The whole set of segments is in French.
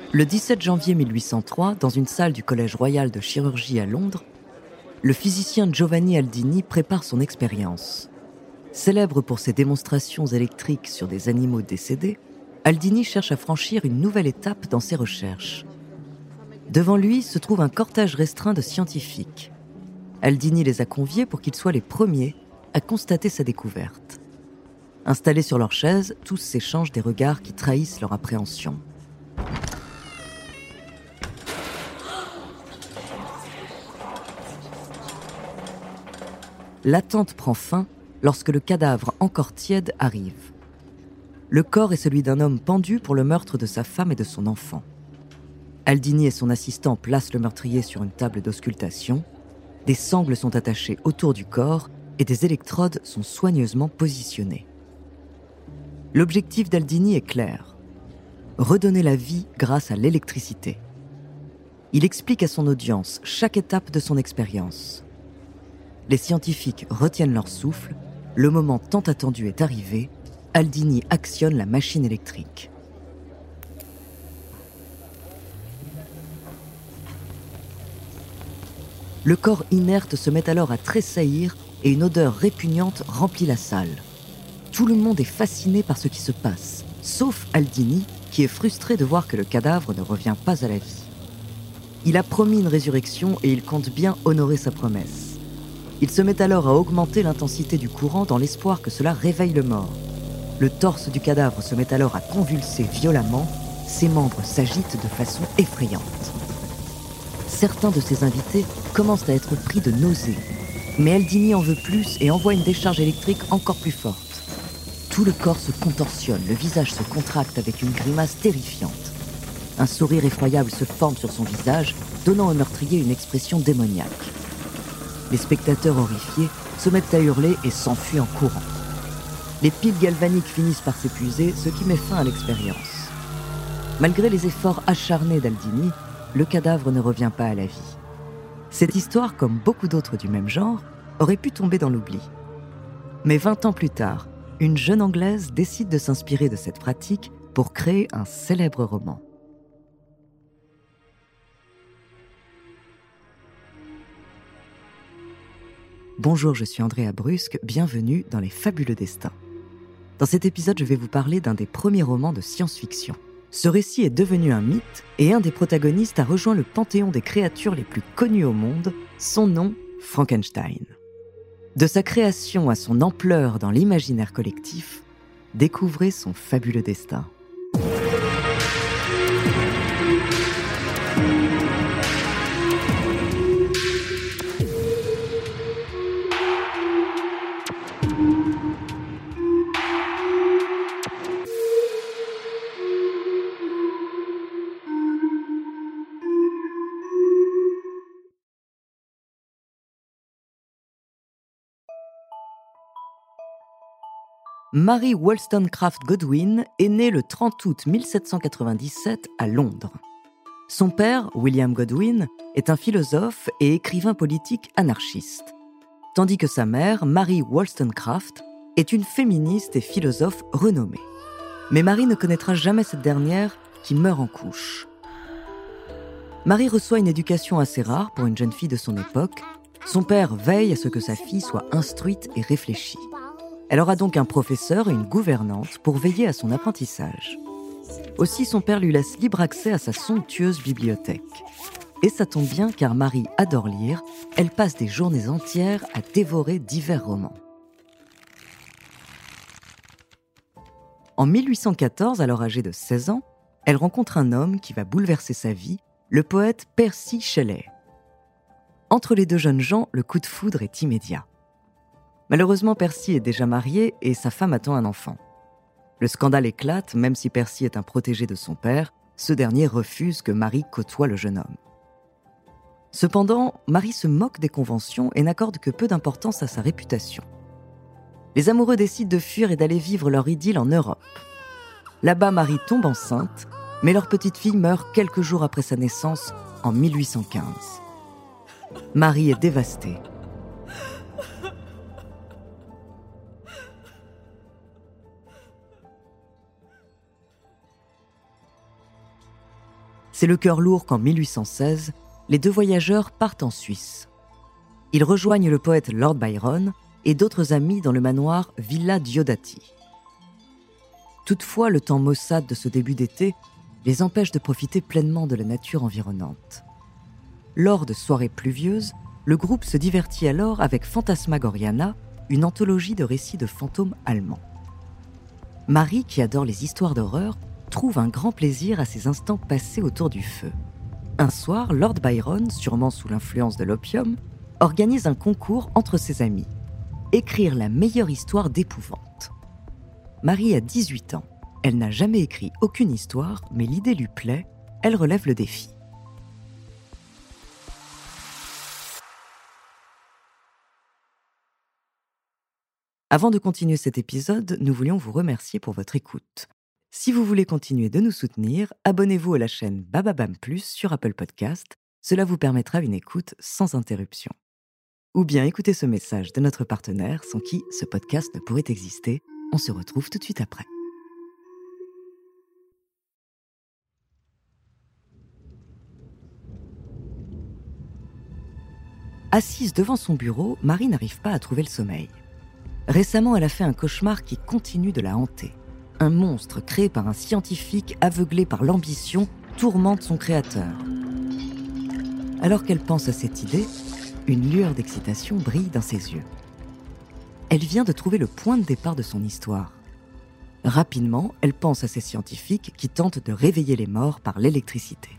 Le 17 janvier 1803, dans une salle du Collège royal de chirurgie à Londres, le physicien Giovanni Aldini prépare son expérience. Célèbre pour ses démonstrations électriques sur des animaux décédés, Aldini cherche à franchir une nouvelle étape dans ses recherches. Devant lui se trouve un cortège restreint de scientifiques. Aldini les a conviés pour qu'ils soient les premiers à constater sa découverte. Installés sur leurs chaises, tous s'échangent des regards qui trahissent leur appréhension. L'attente prend fin lorsque le cadavre encore tiède arrive. Le corps est celui d'un homme pendu pour le meurtre de sa femme et de son enfant. Aldini et son assistant placent le meurtrier sur une table d'auscultation. Des sangles sont attachées autour du corps et des électrodes sont soigneusement positionnées. L'objectif d'Aldini est clair: redonner la vie grâce à l'électricité. Il explique à son audience chaque étape de son expérience. Les scientifiques retiennent leur souffle, le moment tant attendu est arrivé, Aldini actionne la machine électrique. Le corps inerte se met alors à tressaillir et une odeur répugnante remplit la salle. Tout le monde est fasciné par ce qui se passe, sauf Aldini, qui est frustré de voir que le cadavre ne revient pas à la vie. Il a promis une résurrection et il compte bien honorer sa promesse. Il se met alors à augmenter l'intensité du courant dans l'espoir que cela réveille le mort. Le torse du cadavre se met alors à convulser violemment, ses membres s'agitent de façon effrayante. Certains de ses invités commencent à être pris de nausées, mais Aldini en veut plus et envoie une décharge électrique encore plus forte. Tout le corps se contorsionne, le visage se contracte avec une grimace terrifiante. Un sourire effroyable se forme sur son visage, donnant au meurtrier une expression démoniaque. Les spectateurs horrifiés se mettent à hurler et s'enfuient en courant. Les piles galvaniques finissent par s'épuiser, ce qui met fin à l'expérience. Malgré les efforts acharnés d'Aldini, le cadavre ne revient pas à la vie. Cette histoire, comme beaucoup d'autres du même genre, aurait pu tomber dans l'oubli. Mais 20 ans plus tard, une jeune Anglaise décide de s'inspirer de cette pratique pour créer un célèbre roman. Bonjour, je suis Andrea Brusque, bienvenue dans Les Fabuleux Destins. Dans cet épisode, je vais vous parler d'un des premiers romans de science-fiction. Ce récit est devenu un mythe et un des protagonistes a rejoint le panthéon des créatures les plus connues au monde, son nom, Frankenstein. De sa création à son ampleur dans l'imaginaire collectif, découvrez son fabuleux destin. Mary Wollstonecraft Godwin est née le 30 août 1797 à Londres. Son père, William Godwin, est un philosophe et écrivain politique anarchiste, tandis que sa mère, Mary Wollstonecraft, est une féministe et philosophe renommée. Mais Mary ne connaîtra jamais cette dernière qui meurt en couche. Mary reçoit une éducation assez rare pour une jeune fille de son époque. Son père veille à ce que sa fille soit instruite et réfléchie. Elle aura donc un professeur et une gouvernante pour veiller à son apprentissage. Aussi, son père lui laisse libre accès à sa somptueuse bibliothèque. Et ça tombe bien car Mary adore lire, elle passe des journées entières à dévorer divers romans. En 1814, alors âgée de 16 ans, elle rencontre un homme qui va bouleverser sa vie, le poète Percy Shelley. Entre les deux jeunes gens, le coup de foudre est immédiat. Malheureusement, Percy est déjà marié et sa femme attend un enfant. Le scandale éclate, même si Percy est un protégé de son père, ce dernier refuse que Mary côtoie le jeune homme. Cependant, Mary se moque des conventions et n'accorde que peu d'importance à sa réputation. Les amoureux décident de fuir et d'aller vivre leur idylle en Europe. Là-bas, Mary tombe enceinte, mais leur petite fille meurt quelques jours après sa naissance, en 1815. Mary est dévastée. C'est le cœur lourd qu'en 1816, les deux voyageurs partent en Suisse. Ils rejoignent le poète Lord Byron et d'autres amis dans le manoir Villa Diodati. Toutefois, le temps maussade de ce début d'été les empêche de profiter pleinement de la nature environnante. Lors de soirées pluvieuses, le groupe se divertit alors avec Phantasmagoriana, une anthologie de récits de fantômes allemands. Marie, qui adore les histoires d'horreur, trouve un grand plaisir à ces instants passés autour du feu. Un soir, Lord Byron, sûrement sous l'influence de l'opium, organise un concours entre ses amis. Écrire la meilleure histoire d'épouvante. Marie a 18 ans. Elle n'a jamais écrit aucune histoire, mais l'idée lui plaît, elle relève le défi. Avant de continuer cet épisode, nous voulions vous remercier pour votre écoute. Si vous voulez continuer de nous soutenir, abonnez-vous à la chaîne Bababam Plus sur Apple Podcast. Cela vous permettra une écoute sans interruption. Ou bien écoutez ce message de notre partenaire sans qui ce podcast ne pourrait exister. On se retrouve tout de suite après. Assise devant son bureau, Marie n'arrive pas à trouver le sommeil. Récemment, elle a fait un cauchemar qui continue de la hanter. Un monstre créé par un scientifique aveuglé par l'ambition tourmente son créateur. Alors qu'elle pense à cette idée, une lueur d'excitation brille dans ses yeux. Elle vient de trouver le point de départ de son histoire. Rapidement, elle pense à ces scientifiques qui tentent de réveiller les morts par l'électricité.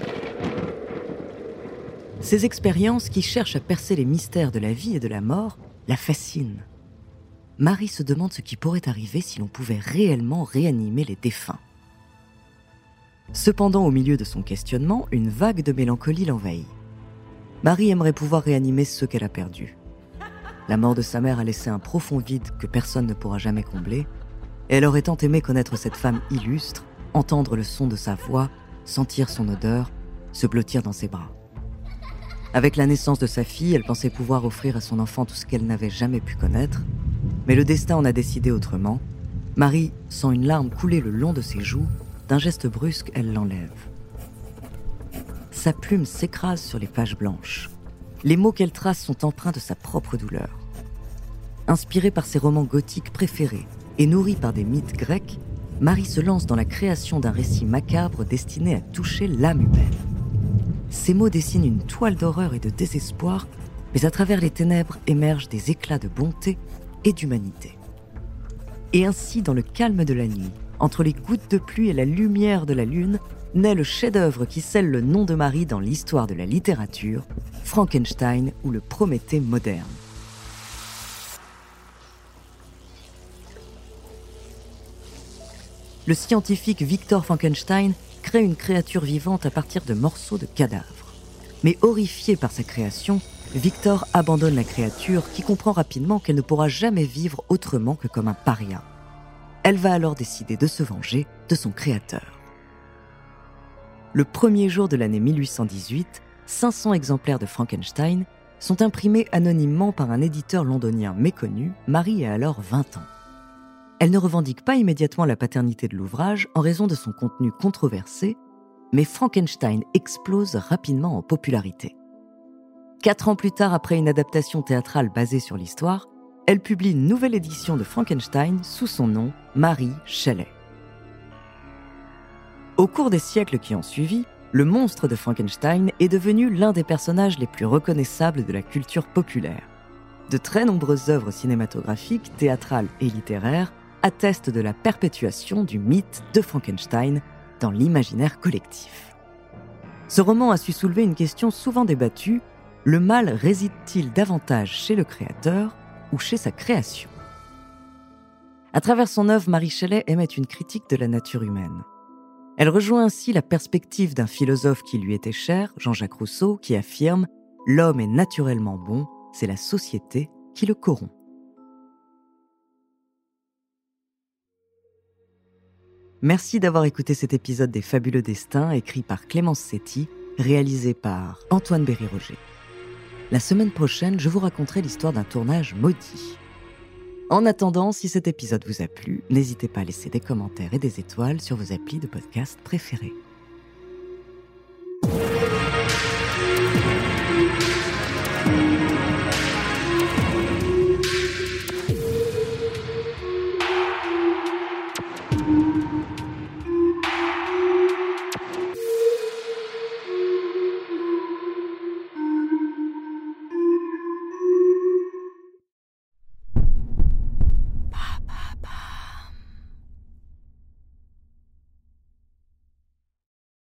Ces expériences qui cherchent à percer les mystères de la vie et de la mort la fascinent. Marie se demande ce qui pourrait arriver si l'on pouvait réellement réanimer les défunts. Cependant, au milieu de son questionnement, une vague de mélancolie l'envahit. Marie aimerait pouvoir réanimer ceux qu'elle a perdus. La mort de sa mère a laissé un profond vide que personne ne pourra jamais combler, et elle aurait tant aimé connaître cette femme illustre, entendre le son de sa voix, sentir son odeur, se blottir dans ses bras. Avec la naissance de sa fille, elle pensait pouvoir offrir à son enfant tout ce qu'elle n'avait jamais pu connaître, mais le destin en a décidé autrement. Marie sent une larme couler le long de ses joues. D'un geste brusque, elle l'enlève. Sa plume s'écrase sur les pages blanches. Les mots qu'elle trace sont empreints de sa propre douleur. Inspirée par ses romans gothiques préférés et nourrie par des mythes grecs, Marie se lance dans la création d'un récit macabre destiné à toucher l'âme humaine. Ces mots dessinent une toile d'horreur et de désespoir, mais à travers les ténèbres émergent des éclats de bonté et d'humanité. Et ainsi, dans le calme de la nuit, entre les gouttes de pluie et la lumière de la lune, naît le chef-d'œuvre qui scelle le nom de Marie dans l'histoire de la littérature, Frankenstein ou le Prométhée moderne. Le scientifique Victor Frankenstein crée une créature vivante à partir de morceaux de cadavres. Mais horrifié par sa création, Victor abandonne la créature qui comprend rapidement qu'elle ne pourra jamais vivre autrement que comme un paria. Elle va alors décider de se venger de son créateur. Le premier jour de l'année 1818, 500 exemplaires de Frankenstein sont imprimés anonymement par un éditeur londonien méconnu. Marie a alors 20 ans. Elle ne revendique pas immédiatement la paternité de l'ouvrage en raison de son contenu controversé, mais Frankenstein explose rapidement en popularité. 4 ans plus tard, après une adaptation théâtrale basée sur l'histoire, elle publie une nouvelle édition de Frankenstein sous son nom, Mary Shelley. Au cours des siècles qui ont suivi, le monstre de Frankenstein est devenu l'un des personnages les plus reconnaissables de la culture populaire. De très nombreuses œuvres cinématographiques, théâtrales et littéraires attestent de la perpétuation du mythe de Frankenstein dans l'imaginaire collectif. Ce roman a su soulever une question souvent débattue: le mal réside-t-il davantage chez le créateur ou chez sa création ? À travers son œuvre, Mary Shelley émet une critique de la nature humaine. Elle rejoint ainsi la perspective d'un philosophe qui lui était cher, Jean-Jacques Rousseau, qui affirme « L'homme est naturellement bon, c'est la société qui le corrompt ». Merci d'avoir écouté cet épisode des Fabuleux Destins, écrit par Clémence Setti, réalisé par Antoine Berry-Roger. La semaine prochaine, je vous raconterai l'histoire d'un tournage maudit. En attendant, si cet épisode vous a plu, n'hésitez pas à laisser des commentaires et des étoiles sur vos applis de podcast préférés.